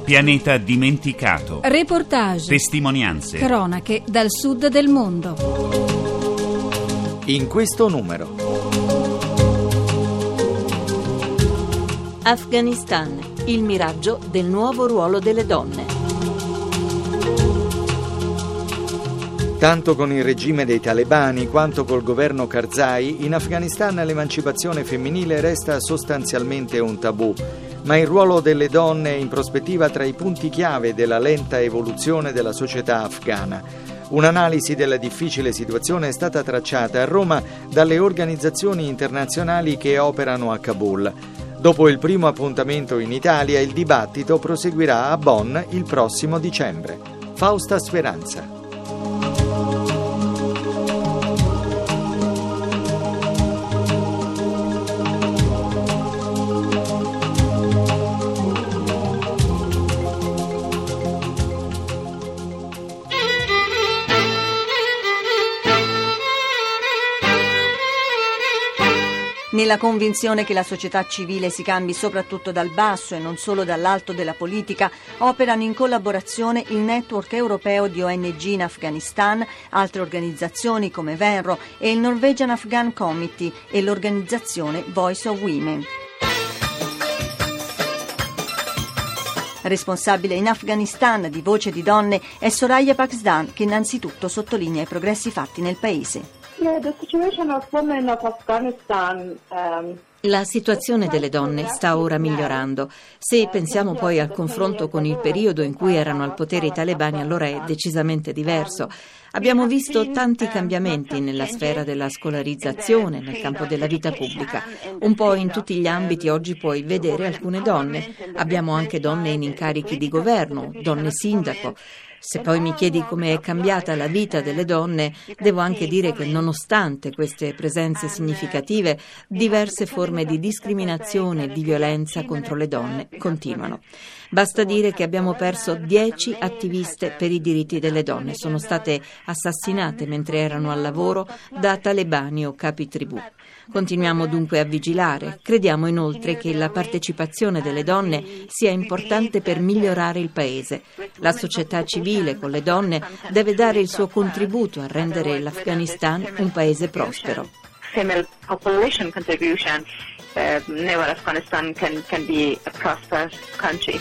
Pianeta dimenticato. Reportage. Testimonianze. Cronache dal sud del mondo. In questo numero. Afghanistan, il miraggio del nuovo ruolo delle donne. Tanto con il regime dei talebani quanto col governo Karzai, in Afghanistan l'emancipazione femminile resta sostanzialmente un tabù, ma il ruolo delle donne è in prospettiva tra i punti chiave della lenta evoluzione della società afghana. Un'analisi della difficile situazione è stata tracciata a Roma dalle organizzazioni internazionali che operano a Kabul. Dopo il primo appuntamento in Italia, il dibattito proseguirà a Bonn il prossimo dicembre. Fausta Speranza. Nella convinzione che la società civile si cambi soprattutto dal basso e non solo dall'alto della politica, operano in collaborazione il network europeo di ONG in Afghanistan, altre organizzazioni come Venro e il Norwegian Afghan Committee e l'organizzazione Voice of Women. Responsabile in Afghanistan di Voce di Donne è Soraya Paksdan, che innanzitutto sottolinea i progressi fatti nel paese. La situazione delle donne sta ora migliorando. Se pensiamo poi al confronto con il periodo in cui erano al potere i talebani, allora è decisamente diverso. Abbiamo visto tanti cambiamenti nella sfera della scolarizzazione, nel campo della vita pubblica. Un po' in tutti gli ambiti oggi puoi vedere alcune donne. Abbiamo anche donne in incarichi di governo, donne sindaco. Se poi mi chiedi come è cambiata la vita delle donne, devo anche dire che nonostante queste presenze significative, diverse forme di discriminazione e di violenza contro le donne continuano. Basta dire che abbiamo perso 10 attiviste per i diritti delle donne. Sono state assassinate mentre erano al lavoro da talebani o capi tribù. Continuiamo dunque a vigilare. Crediamo inoltre che la partecipazione delle donne sia importante per migliorare il paese. La società civile con le donne deve dare il suo contributo a rendere l'Afghanistan un paese prospero. Female population contribution never Afghanistan can be a prosperous country.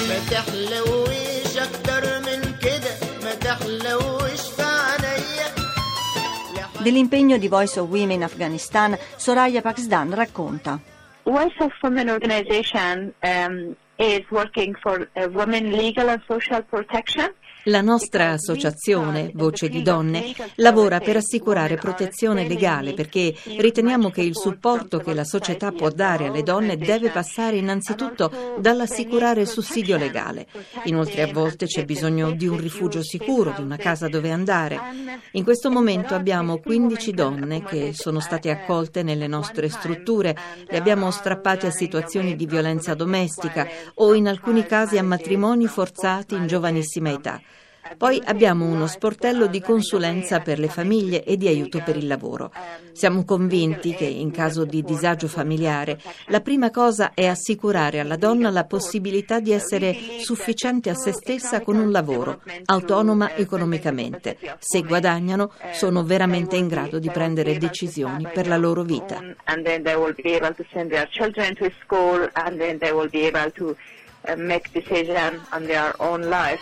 Dell'impegno di Voice of Women in Afghanistan, Soraya Paksdan racconta. Voice of Women organization is working for women legal and social protection. La nostra associazione, Voce di Donne, lavora per assicurare protezione legale perché riteniamo che il supporto che la società può dare alle donne deve passare innanzitutto dall'assicurare il sussidio legale. Inoltre a volte c'è bisogno di un rifugio sicuro, di una casa dove andare. In questo momento abbiamo 15 donne che sono state accolte nelle nostre strutture, le abbiamo strappate a situazioni di violenza domestica o in alcuni casi a matrimoni forzati in giovanissima età. Poi abbiamo uno sportello di consulenza per le famiglie e di aiuto per il lavoro. Siamo convinti che in caso di disagio familiare la prima cosa è assicurare alla donna la possibilità di essere sufficiente a se stessa con un lavoro, autonoma economicamente. Se guadagnano, sono veramente in grado di prendere decisioni per la loro vita. Make decision on their own life.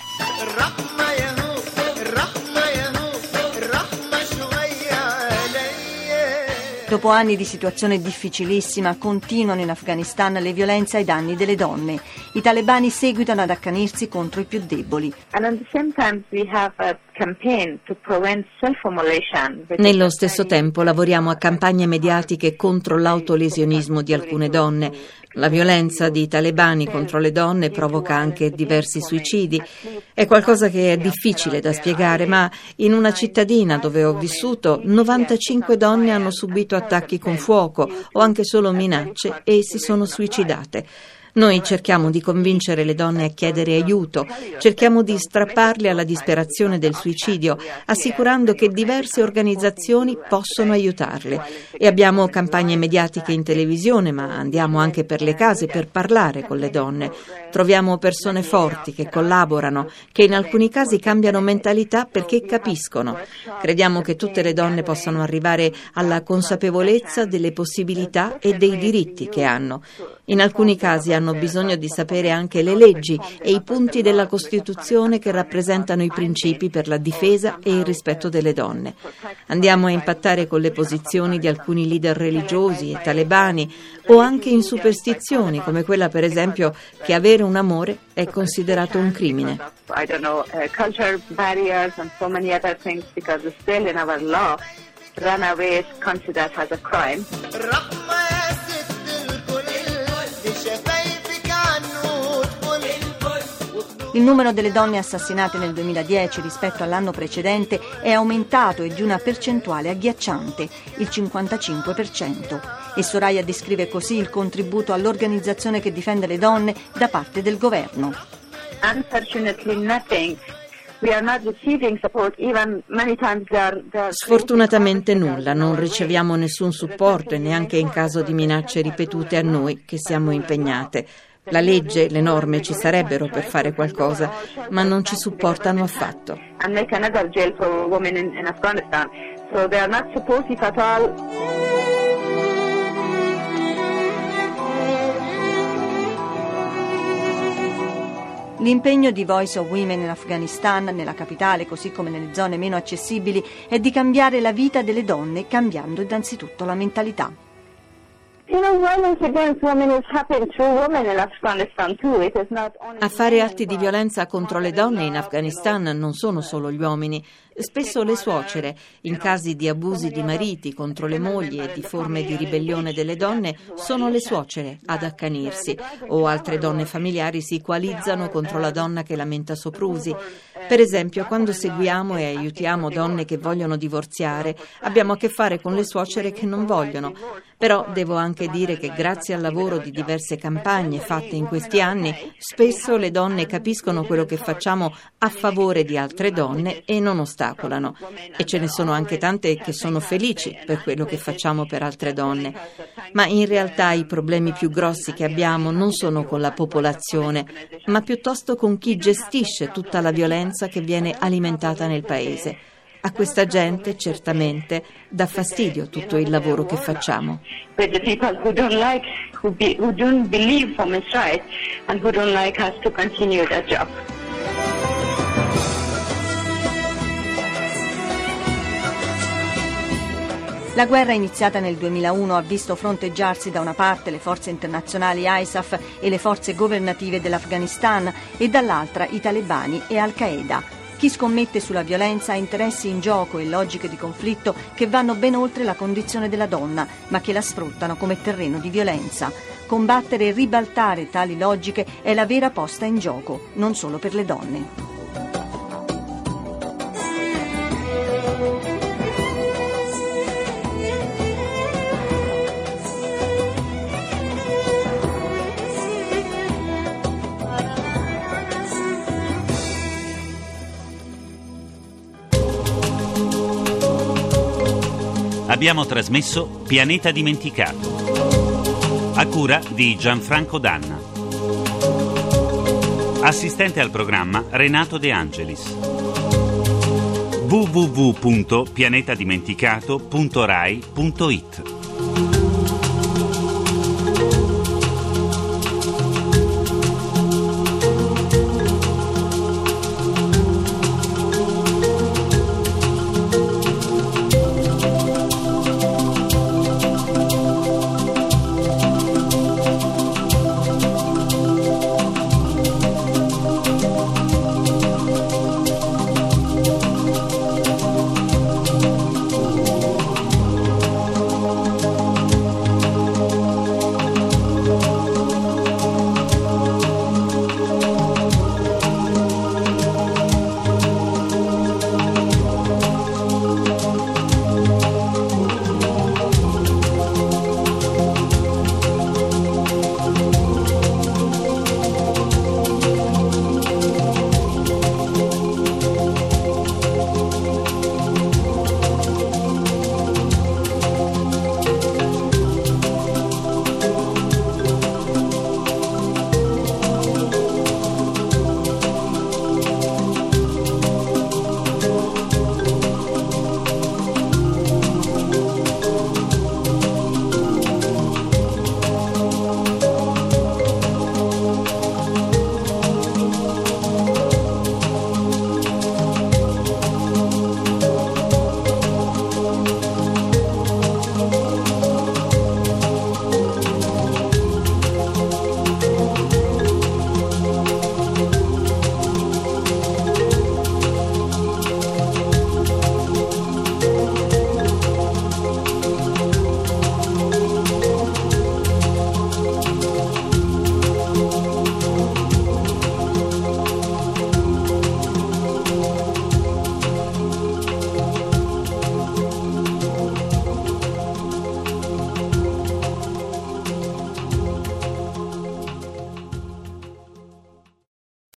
Dopo anni di situazione difficilissima, continuano in Afghanistan le violenze ai danni delle donne. I talebani seguitano ad accanirsi contro i più deboli. And at the same time we have a campaign to prevent self-immolation. Nello stesso tempo lavoriamo a campagne mediatiche contro l'autolesionismo di alcune donne. La violenza di talebani contro le donne provoca anche diversi suicidi. È qualcosa che è difficile da spiegare, ma in una cittadina dove ho vissuto, 95 donne hanno subito attacchi con fuoco o anche solo minacce e si sono suicidate. Noi cerchiamo di convincere le donne a chiedere aiuto, cerchiamo di strapparle alla disperazione del suicidio, assicurando che diverse organizzazioni possono aiutarle. E abbiamo campagne mediatiche in televisione, ma andiamo anche per le case per parlare con le donne. Troviamo persone forti che collaborano, che in alcuni casi cambiano mentalità perché capiscono. Crediamo che tutte le donne possano arrivare alla consapevolezza delle possibilità e dei diritti che hanno. In alcuni casi hanno bisogno di sapere anche le leggi e i punti della Costituzione che rappresentano i principi per la difesa e il rispetto delle donne. Andiamo a impattare con le posizioni di alcuni leader religiosi e talebani o anche in superstizioni come quella per esempio che avere un amore è considerato un crimine. Culture barriers and so many other things because still in our law runaway is considered as a crime. Il numero delle donne assassinate nel 2010 rispetto all'anno precedente è aumentato e di una percentuale agghiacciante, il 55%. E Soraya descrive così il contributo all'organizzazione che difende le donne da parte del governo. Unfortunately nothing. We are not receiving support, even many times they are Sfortunatamente nulla, non riceviamo nessun supporto e neanche in caso di minacce ripetute a noi che siamo impegnate. La legge, le norme ci sarebbero per fare qualcosa, ma non ci supportano affatto. And make another jail for women in Afghanistan. So they are not supportive at all. L'impegno di Voice of Women in Afghanistan, nella capitale così come nelle zone meno accessibili, è di cambiare la vita delle donne, cambiando innanzitutto la mentalità. A fare atti di violenza contro le donne in Afghanistan non sono solo gli uomini, spesso le suocere. In casi di abusi di mariti contro le mogli e di forme di ribellione delle donne sono le suocere ad accanirsi, o altre donne familiari si coalizzano contro la donna che lamenta soprusi. Per esempio, quando seguiamo e aiutiamo donne che vogliono divorziare, abbiamo a che fare con le suocere che non vogliono. Però devo anche dire che grazie al lavoro di diverse campagne fatte in questi anni, spesso le donne capiscono quello che facciamo a favore di altre donne e non ostacolano. E ce ne sono anche tante che sono felici per quello che facciamo per altre donne. Ma in realtà i problemi più grossi che abbiamo non sono con la popolazione, ma piuttosto con chi gestisce tutta la violenza che viene alimentata nel paese. A questa gente certamente dà fastidio tutto il lavoro che facciamo. With the people who don't like, who don't believe women's rights and who don't like us to continue that job. La guerra iniziata nel 2001 ha visto fronteggiarsi da una parte le forze internazionali ISAF e le forze governative dell'Afghanistan e dall'altra i talebani e Al-Qaeda. Chi scommette sulla violenza ha interessi in gioco e logiche di conflitto che vanno ben oltre la condizione della donna, ma che la sfruttano come terreno di violenza. Combattere e ribaltare tali logiche è la vera posta in gioco, non solo per le donne. Abbiamo trasmesso Pianeta Dimenticato, a cura di Gianfranco Danna. Assistente al programma Renato De Angelis. www.pianetadimenticato.rai.it